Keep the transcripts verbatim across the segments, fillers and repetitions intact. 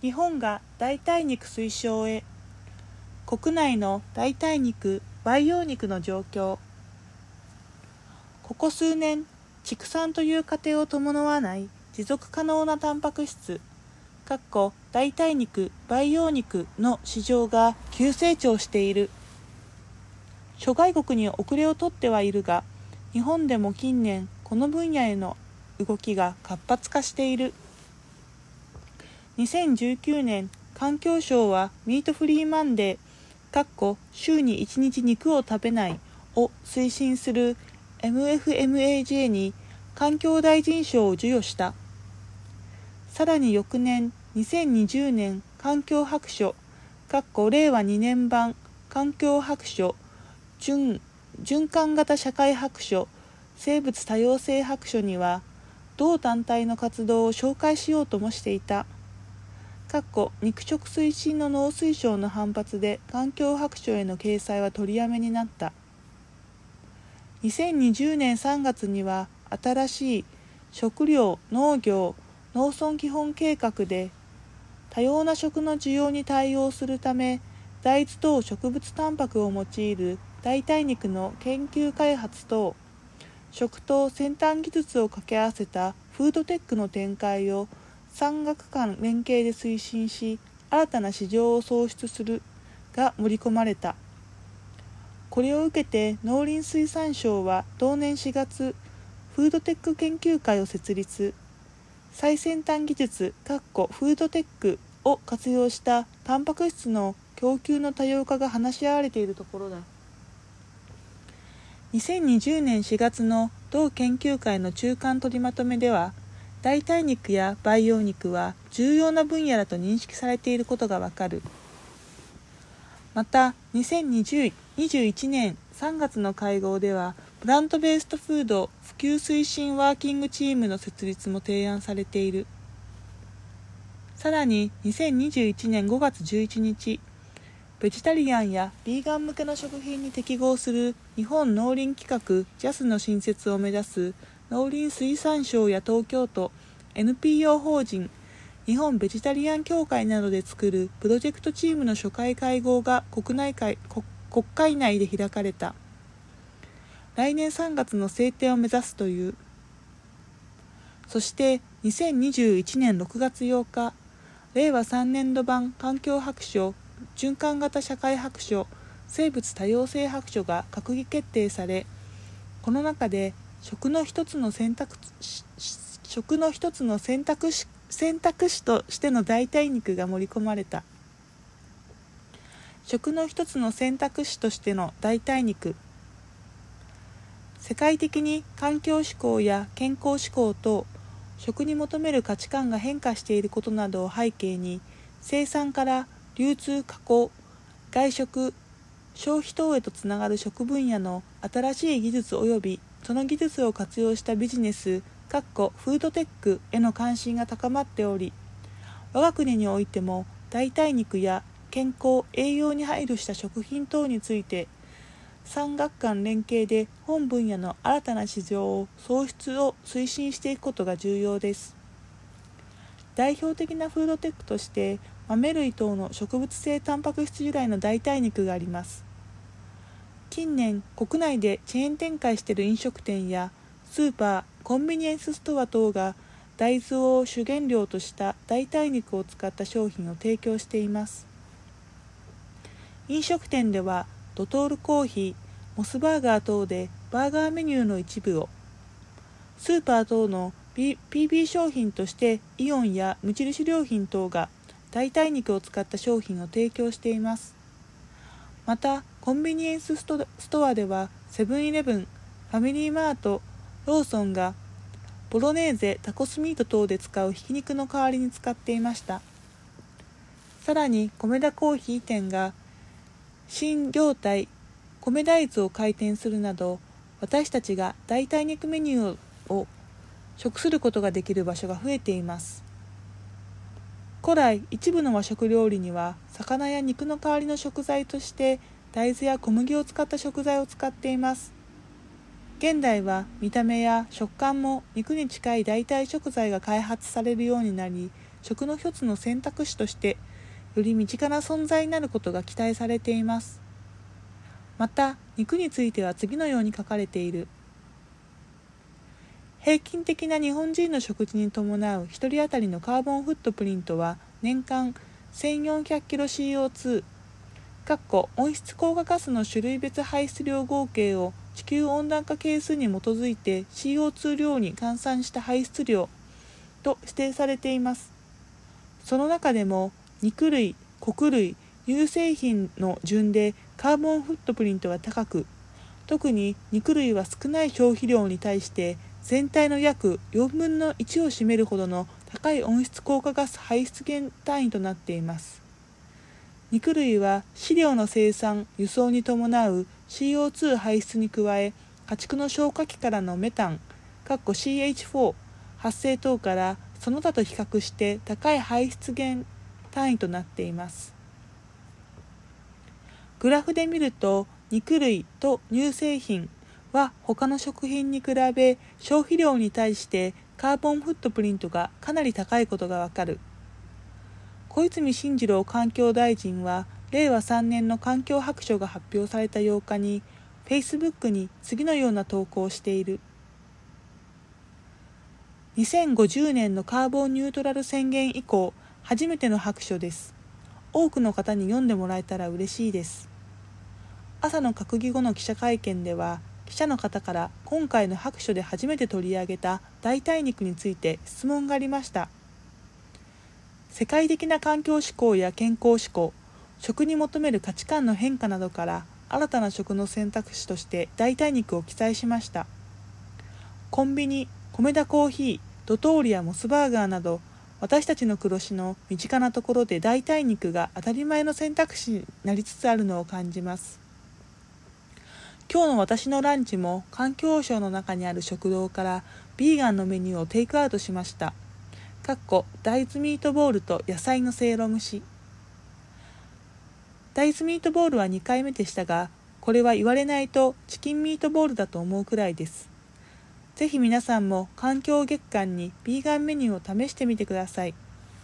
日本が代替肉推奨へ。国内の代替肉・培養肉の状況。ここ数年、畜産という過程を伴わない持続可能なタンパク質（代替肉・培養肉）の市場が急成長している。諸外国に遅れをとってはいるが、日本でも近年この分野への動きが活発化している。にせんじゅうきゅうねん、環境省はミートフリーマンデー週にいちにち肉を食べないを推進する エムエフエムエージェー に環境大臣賞を授与した。さらに翌年、にせんにじゅうねん環境白書れいわにねん版環境白書循循環型社会白書生物多様性白書には同団体の活動を紹介しようともしていた。肉食推進の農水省の反発で環境白書への掲載は取りやめになった。にせんにじゅうねんさんがつには新しい食料・農業・農村基本計画で多様な食の需要に対応するため大豆等植物タンパクを用いる代替肉の研究開発等食と先端技術を掛け合わせたフードテックの展開を産学間連携で推進し新たな市場を創出するが盛り込まれた。これを受けて農林水産省は同年しがつフードテック研究会を設立。最先端技術フードテックを活用したタンパク質の供給の多様化が話し合われているところだ。にせんにじゅうねんしがつの同研究会の中間取りまとめでは、代替肉や培養肉は重要な分野だと認識されていることがわかる。また、にせんにじゅういちねんさんがつの会合では、プラントベーストフード普及推進ワーキングチームの設立も提案されている。さらに、にせんにじゅういちねんごがつじゅういちにち、ベジタリアンやビーガン向けの食品に適合する日本農林規格 ジャス の新設を目指す農林水産省や東京都 エヌピーオー 法人日本ベジタリアン協会などで作るプロジェクトチームの初回会合が国内会国国会内で開かれた。来年さんがつの制定を目指すという。そしてにせんにじゅういちねんろくがつようか、れいわさんねんど版環境白書循環型社会白書生物多様性白書が閣議決定され、この中で食の一つの選択食の一つの選択肢選択肢としての代替肉が盛り込まれた。食の一つの選択肢としての代替肉。世界的に環境志向や健康志向と食に求める価値観が変化していることなどを背景に、生産から流通加工、外食、消費等へとつながる食分野の新しい技術及びその技術を活用したビジネスフードテックへの関心が高まっており、我が国においても代替肉や健康・栄養に配慮した食品等について産学間連携で本分野の新たな市場を創出を推進していくことが重要です。代表的なフードテックとして豆類等の植物性タンパク質由来の代替肉があります。近年国内でチェーン展開している飲食店やスーパー、コンビニエンスストア等が大豆を主原料とした代替肉を使った商品を提供しています。飲食店ではドトールコーヒー、モスバーガー等でバーガーメニューの一部を、スーパー等の ピービー 商品としてイオンや無印良品等が代替肉を使った商品を提供しています。また、コンビニエンスス ト, ストアではセブンイレブン、ファミリーマート、ローソンがボロネーゼ、タコスミート等で使うひき肉の代わりに使っていました。さらに、コメダコーヒー店が新業態、米大豆を開店するなど、私たちが代替肉メニューを食することができる場所が増えています。古来、一部の和食料理には魚や肉の代わりの食材として大豆や小麦を使った食材を使っています。現代は見た目や食感も肉に近い代替食材が開発されるようになり、 食の一つの選択肢としてより身近な存在になることが期待されています。また、肉については次のように書かれている。平均的な日本人の食事に伴うひとり当たりのカーボンフットプリントは年間 せんよんひゃくキロシーオーツー 温室効果ガスの種類別排出量合計を地球温暖化係数に基づいて シーオーツー 量に換算した排出量と指定されています。その中でも肉類、穀類、乳製品の順でカーボンフットプリントが高く、特に肉類は少ない消費量に対して全体の約よんぶんのいちを占めるほどの高い温室効果ガス排出源単位となっています。肉類は飼料の生産・輸送に伴う シーオーツー 排出に加え、家畜の消化器からのメタン シーエイチフォー 発生等からその他と比較して高い排出源単位となっています。グラフで見ると、肉類と乳製品は他の食品に比べ消費量に対してカーボンフットプリントがかなり高いことがわかる。小泉進次郎環境大臣はれいわさんねんの環境白書が発表されたようかに Facebook に次のような投稿をしている。にせんごじゅうねんのカーボンニュートラル宣言以降初めての白書です。多くの方に読んでもらえたら嬉しいです。朝の閣議後の記者会見では記者の方から今回の白書で初めて取り上げた代替肉について質問がありました。世界的な環境志向や健康志向、食に求める価値観の変化などから新たな食の選択肢として代替肉を記載しました。コンビニ、コメダコーヒー、ドトールやモスバーガーなど私たちの暮らしの身近なところで代替肉が当たり前の選択肢になりつつあるのを感じます。今日の私のランチも環境省の中にある食堂からビーガンのメニューをテイクアウトしました。かっこ大豆ミートボールと野菜のせいろ蒸し。大豆ミートボールはにかいめでしたが、これは言われないとチキンミートボールだと思うくらいです。ぜひ皆さんも環境月間にビーガンメニューを試してみてください。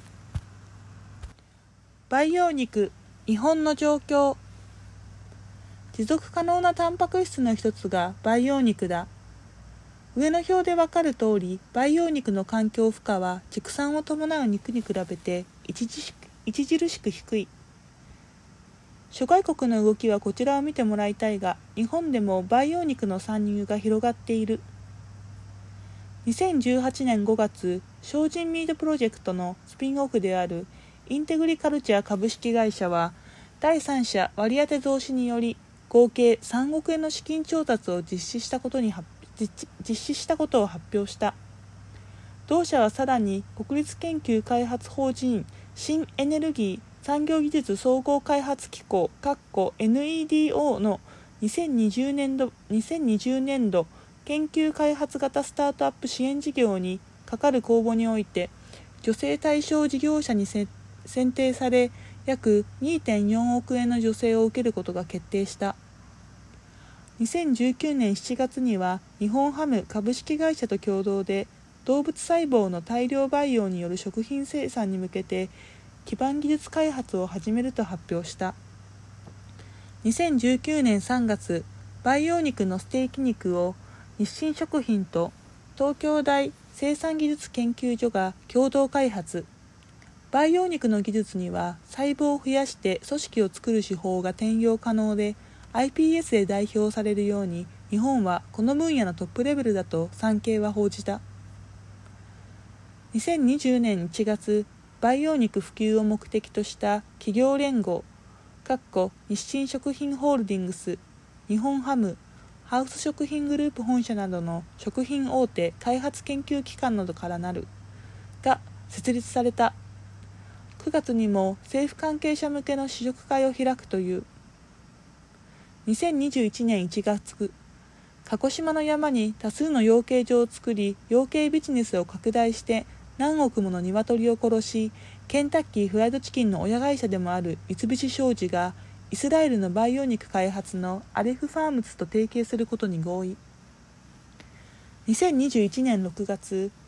培養肉、日本の状況。持続可能なタンパク質の一つが培養肉だ。上の表でわかる通り、培養肉の環境負荷は畜産を伴う肉に比べて著しく、著しく低い。諸外国の動きはこちらを見てもらいたいが、日本でも培養肉の参入が広がっている。にせんじゅうはちねんごがつ、精進ミートプロジェクトのスピンオフであるインテグリカルチャー株式会社は、第三者割当増資により合計さんおくえんの資金調達を実施したことに実施したことを発表した。同社はさらに国立研究開発法人新エネルギー産業技術総合開発機構 エヌイーディーオー のにせんにじゅうねんどにせんにじゅうねんど研究開発型スタートアップ支援事業にかかる公募において助成対象事業者に選定され、約 にてんよんおくえんの助成を受けることが決定した。にせんじゅうきゅうねんしちがつには日本ハム株式会社と共同で動物細胞の大量培養による食品生産に向けて基盤技術開発を始めると発表した。にせんじゅうきゅうねんさんがつ、培養肉のステーキ肉を日清食品と東京大生産技術研究所が共同開発。培養肉の技術には細胞を増やして組織を作る手法が転用可能で、 アイピーエス で代表されるように日本はこの分野のトップレベルだと産経は報じた。にせんにじゅうねんいちがつ、培養肉普及を目的とした企業連合日清食品ホールディングス、日本ハム、ハウス食品グループ本社などの食品大手開発研究機関などからなるが設立された。くがつにも政府関係者向けの試食会を開くという。にせんにじゅういちねんいちがつ、鹿児島の山に多数の養鶏場を作り、養鶏ビジネスを拡大して何億もの鶏を殺し、ケンタッキーフライドチキンの親会社でもある三菱商事がイスラエルの培養肉開発のアレフファームズと提携することに合意。にせんにじゅういちねんろくがつ、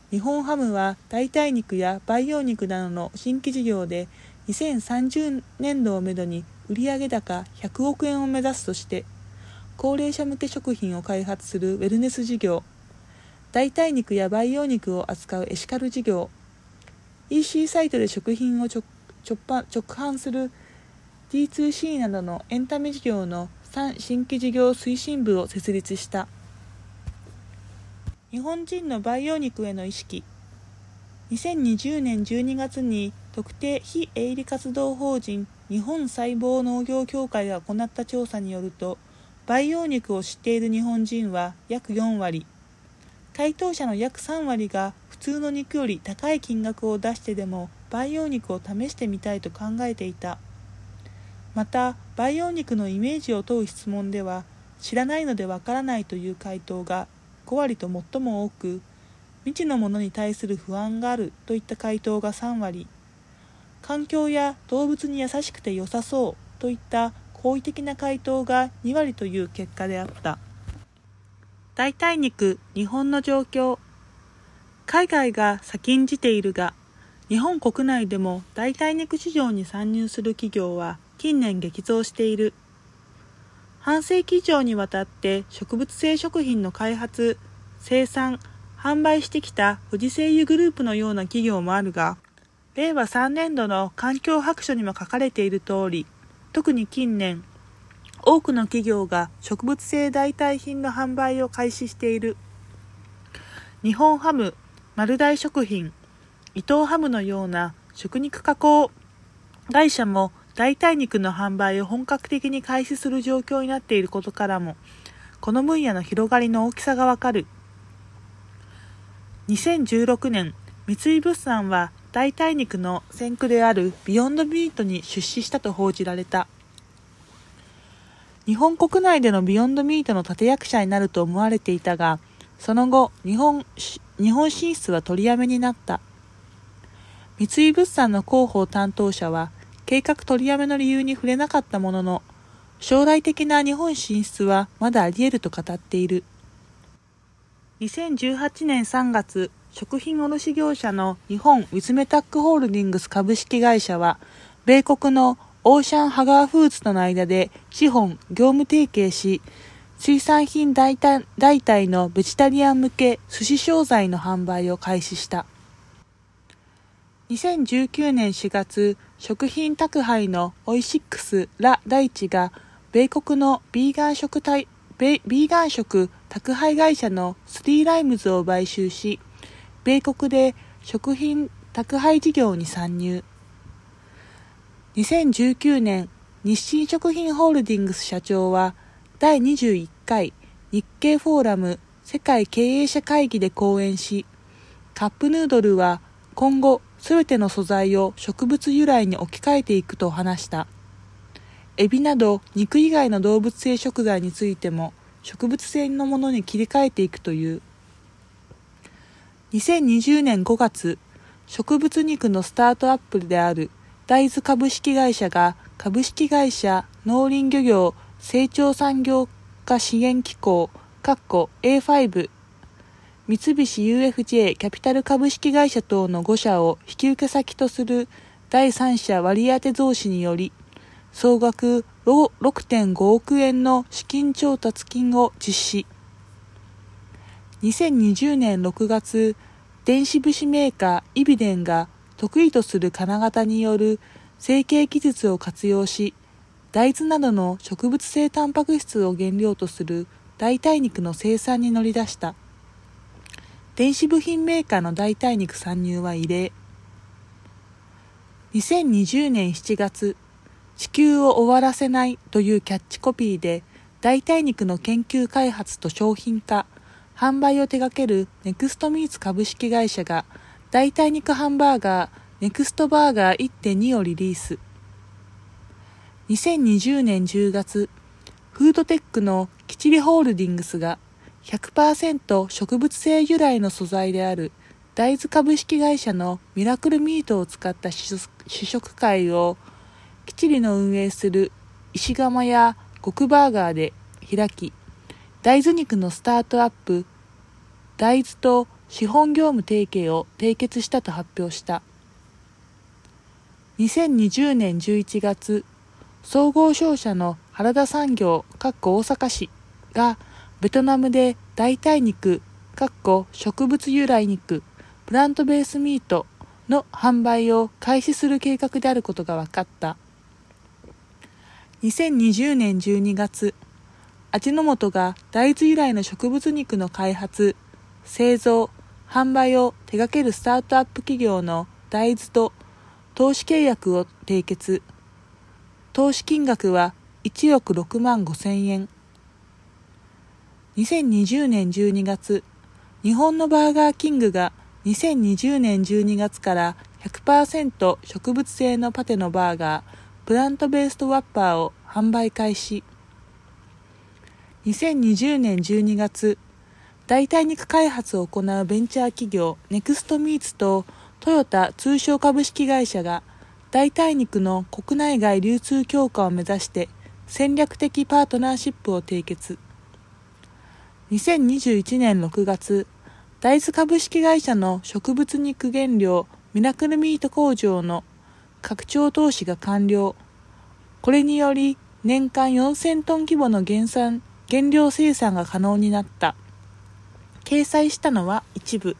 日本ハムは代替肉や培養肉などの新規事業でにせんさんじゅうねんどをめどに売上高ひゃくおくえんを目指すとして、高齢者向け食品を開発するウェルネス事業、代替肉や培養肉を扱うエシカル事業、イーシー サイトで食品を 直, 直, 直販する ディーツーシー などのエンタメ事業のさん新規事業推進部を設立した。日本人の培養肉への意識。にせんにじゅうねんじゅうにがつに特定非営利活動法人日本細胞農業協会が行った調査によると、培養肉を知っている日本人は約よんわり、回答者の約さんわりが普通の肉より高い金額を出してでも培養肉を試してみたいと考えていた。また、培養肉のイメージを問う質問では、知らないのでわからないという回答がごわりと最も多く、未知のものに対する不安があるといった回答がさんわり、環境や動物に優しくて良さそうといった好意的な回答がにわりという結果であった。代替肉、日本の状況。海外が先んじているが、日本国内でも代替肉市場に参入する企業は近年激増している。半世紀以上にわたって植物性食品の開発、生産、販売してきた富士製油グループのような企業もあるが、れいわさんねんどの環境白書にも書かれている通り、特に近年、多くの企業が植物性代替品の販売を開始している。日本ハム、丸大食品、伊藤ハムのような食肉加工会社も代替肉の販売を本格的に開始する状況になっていることからも、この分野の広がりの大きさがわかる。にせんじゅうろくねん、三井物産は代替肉の先駆であるビヨンドミートに出資したと報じられた。日本国内でのビヨンドミートの立役者になると思われていたが、その後、日本、日本進出は取りやめになった。三井物産の広報担当者は、計画取りやめの理由に触れなかったものの、将来的な日本進出はまだあり得ると語っている。にせんじゅうはちねんさんがつ、食品卸業者の日本ウィズメタックホールディングス株式会社は、米国のオーシャンハガーフーズとの間で資本・業務提携し、水産品代替のベジタリアン向け寿司商材の販売を開始した。にせんじゅうきゅうねんしがつ、食品宅配のオイシックス・ラ・大地が、米国のビーガン食体ビーガン食宅配会社のスリーライムズを買収し、米国で食品宅配事業に参入。にせんじゅうきゅうねん、日清食品ホールディングス社長は、だいにじゅういっかい日経フォーラム世界経営者会議で講演し、カップヌードルは今後すべての素材を植物由来に置き換えていくと話した。エビなど肉以外の動物性食材についても植物性のものに切り替えていくという。にせんにじゅうねんごがつ、植物肉のスタートアップである大豆株式会社が株式会社農林漁業成長産業化支援機構エーファイブ、三菱 ユーエフジェー キャピタル株式会社等のごしゃを引き受け先とする第三者割当増資により、総額 ろくてんごおくえんの資金調達金を実施。にせんにじゅうねんろくがつ、電子武士メーカーイビデンが得意とする金型による成形技術を活用し、大豆などの植物性タンパク質を原料とする代替肉の生産に乗り出した。電子部品メーカーの代替肉参入は異例。にせんにじゅうねんしちがつ、地球を終わらせないというキャッチコピーで、代替肉の研究開発と商品化、販売を手掛けるネクストミーツ株式会社が、代替肉ハンバーガーネクストバーガー いってんに をリリース。にせんにじゅうねんじゅうがつ、フードテックのキチリホールディングスが ひゃくパーセント 植物性由来の素材である大豆株式会社のミラクルミートを使った試食会をキチリの運営する石窯や極バーガーで開き、大豆肉のスタートアップ、大豆と資本業務提携を締結したと発表した。にせんにじゅうねんじゅういちがつ、総合商社の原田産業大阪市がベトナムで代替肉植物由来肉プラントベースミートの販売を開始する計画であることが分かった。にせんにじゅうねんじゅうにがつ、味の素が大豆由来の植物肉の開発、製造、販売を手掛けるスタートアップ企業の大豆と投資契約を締結。投資金額はいちおくろくまんごせんえん。にせんにじゅうねんじゅうにがつ、日本のバーガーキングがにせんにじゅうねんじゅうにがつから ひゃくパーセント 植物性のパテのバーガー、プラントベーストワッパーを販売開始。にせんにじゅうねんじゅうにがつ、代替肉開発を行うベンチャー企業ネクストミーツとトヨタ通商株式会社が代替肉の国内外流通強化を目指して戦略的パートナーシップを締結。にせんにじゅういちねんろくがつ、大豆株式会社の植物肉原料ミラクルミート工場の拡張投資が完了。これにより年間よんせんトン規模の減産、原料生産が可能になった。掲載したのは一部。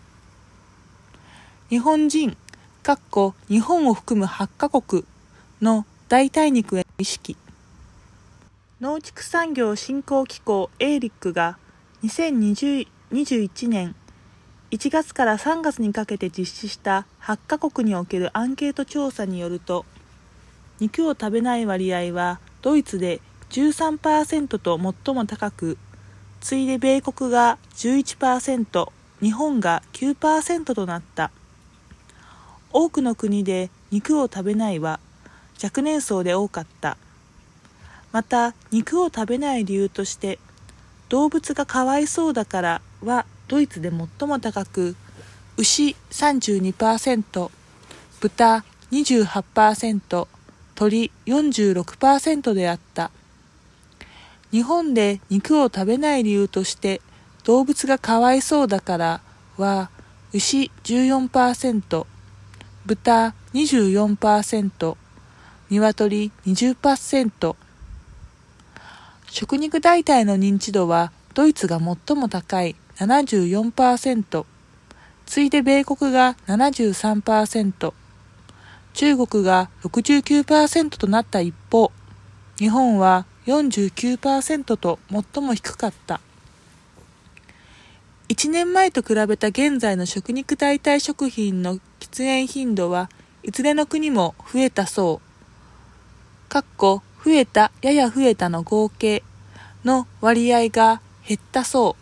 日本人、日本を含むはちカ国の代替肉への意識。農畜産業振興機構エーリックがにせんにじゅういちねんいちがつからさんがつにかけて実施したはちカ国におけるアンケート調査によると、肉を食べない割合はドイツで じゅうさんパーセント と最も高く、次いで米国が じゅういちパーセント、日本が きゅうパーセント となった。多くの国で肉を食べないは若年層で多かった。また、肉を食べない理由として、動物がかわいそうだからはドイツで最も高く、牛 さんじゅうにパーセント、豚 にじゅうはちパーセント、鳥 よんじゅうろくパーセント であった。日本で肉を食べない理由として、動物がかわいそうだからは、牛 じゅうよんパーセント、豚 にじゅうよんパーセント、鶏 にじゅっパーセント。食肉代替の認知度はドイツが最も高い ななじゅうよんパーセント、次いで米国が ななじゅうさんパーセント、中国が ろくじゅうきゅうパーセント となった一方、日本は よんじゅうきゅうパーセント と最も低かった。いちねんまえと比べた現在の食肉代替食品の喫煙頻度はいずれの国も増えたそう。かっこ増えた、やや増えたの合計の割合が減ったそう。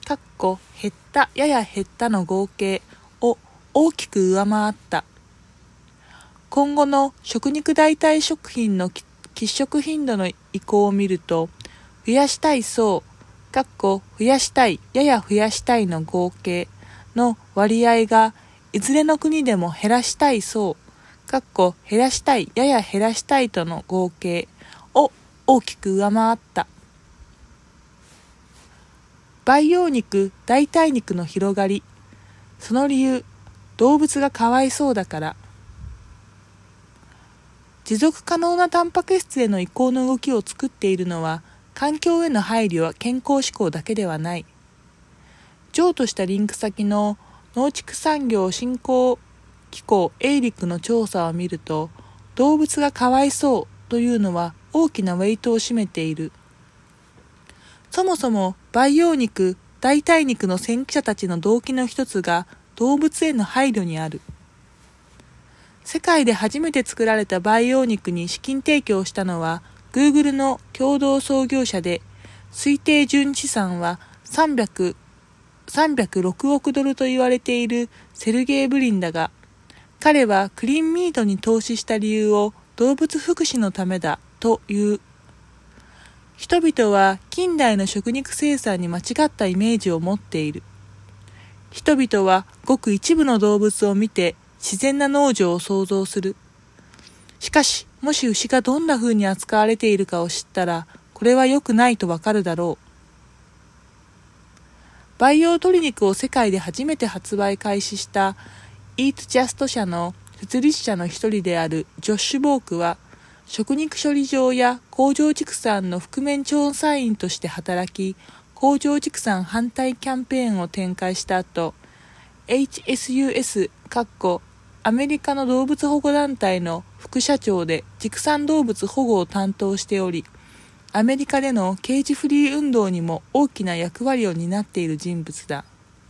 かっこ減った、やや減ったの合計を大きく上回った。今後の食肉代替食品の喫食頻度の移行を見ると、増やしたい層、かっこ増やしたい、やや増やしたいの合計の割合がいずれの国でも減らしたい層、かっこ減らしたい、やや減らしたいとの合計を大きく上回った。培養肉、代替肉の広がり。その理由、動物がかわいそうだから。持続可能なタンパク質への移行の動きを作っているのは、環境への配慮は健康志向だけではない。譲渡したリンク先の農畜産業振興機構エイリックの調査を見ると、動物がかわいそうというのは大きなウェイトを占めている。そもそも培養肉、代替肉の先駆者たちの動機の一つが動物への配慮にある。世界で初めて作られた培養肉に資金提供したのは Google の共同創業者で、推定純資産はさんびゃく、さんびゃくろくおくドルと言われているセルゲイ・ブリンだが、彼はクリーンミートに投資した理由を動物福祉のためだという。人々は近代の食肉生産に間違ったイメージを持っている。人々はごく一部の動物を見て自然な農場を想像する。しかし、もし牛がどんな風に扱われているかを知ったら、これは良くないとわかるだろう。 培養鶏肉を世界で初めて発売開始したイートジャスト社の設立者の一人であるジョッシュ・ボークは、食肉処理場や工場畜産の覆面調査員として働き、工場畜産反対キャンペーンを展開した後、エイチエスユーエス アメリカの動物保護団体の副社長で畜産動物保護を担当しており、アメリカでのケージフリー運動にも大きな役割を担っている人物だ。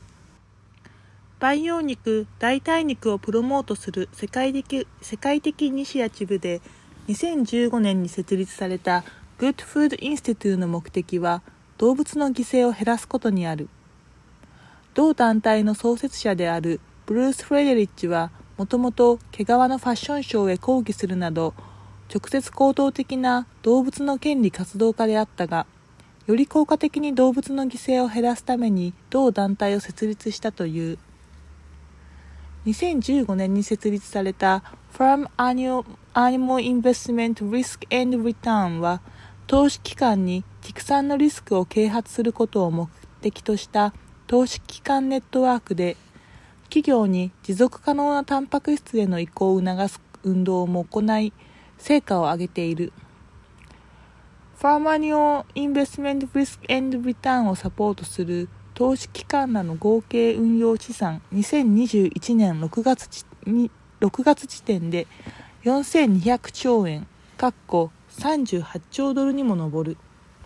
培養肉、代替肉をプロモートする世界的、世界的イニシアチブでにせんじゅうごねんに設立された Good Food Institute の目的は動物の犠牲を減らすことにある。同団体の創設者であるブルース・フレデリッチはもともと毛皮のファッションショーへ抗議するなど直接行動的な動物の権利活動家であったが、より効果的に動物の犠牲を減らすために同団体を設立したという。にせんじゅうごねんに設立された Farm Animal Investment Risk and Return は、投資機関に畜産のリスクを啓発することを目的とした投資機関ネットワークで、企業に持続可能なタンパク質への移行を促す運動も行い、成果を上げている。Farm Animal Investment Risk and Return をサポートする投資機関らの合計運用資産にせんにじゅういちねんろくがつ時点でよんせんにひゃくちょうえんさんじゅうはちちょうドルにも上る。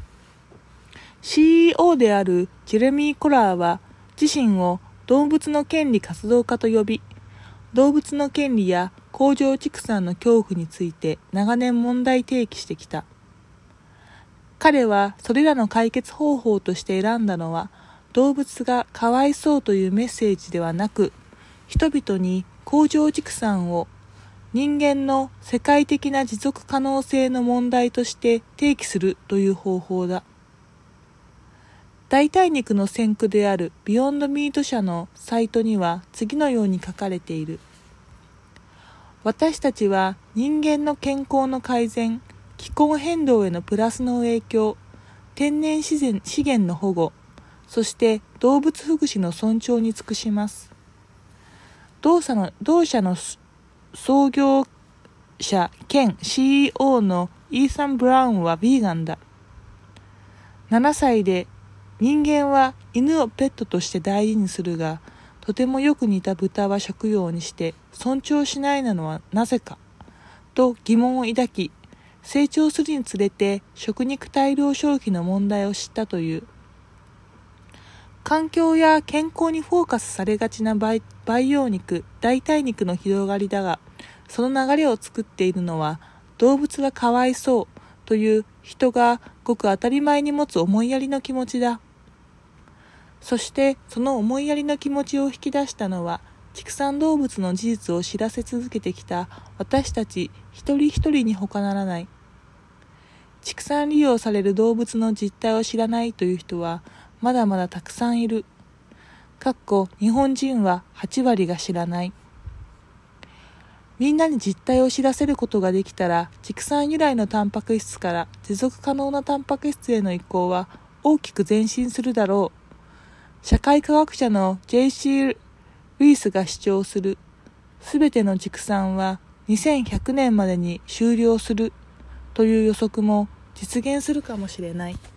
シーイーオー であるジェレミー・コラーは自身を動物の権利活動家と呼び、動物の権利や工場畜産の恐怖について長年問題提起してきた。彼はそれらの解決方法として選んだのは、動物がかわいそうというメッセージではなく、人々に工場畜産を人間の世界的な持続可能性の問題として提起するという方法だ。代替肉の先駆であるビヨンドミート社のサイトには次のように書かれている。私たちは人間の健康の改善、気候変動へのプラスの影響、天然自然資源の保護、そして動物福祉の尊重に尽くします。同社の、同社の創業者兼 シーイーオー のイーサン・ブラウンはヴィーガンだ。ななさいで人間は犬をペットとして大事にするが、とてもよく似た豚は食用にして尊重しないのはなぜかと疑問を抱き、成長するにつれて食肉大量消費の問題を知ったという。環境や健康にフォーカスされがちな培養肉、代替肉の広がりだが、その流れを作っているのは動物がかわいそうという人がごく当たり前に持つ思いやりの気持ちだ。そしてその思いやりの気持ちを引き出したのは、畜産動物の事実を知らせ続けてきた私たち一人一人に他ならない。畜産利用される動物の実態を知らないという人はまだまだたくさんいる。かっこ日本人ははちわりが知らない。みんなに実態を知らせることができたら、畜産由来のタンパク質から持続可能なタンパク質への移行は大きく前進するだろう。社会科学者の ジェイシー リースが主張する、すべての畜産はにせんひゃくねんまでに終了するという予測も実現するかもしれない。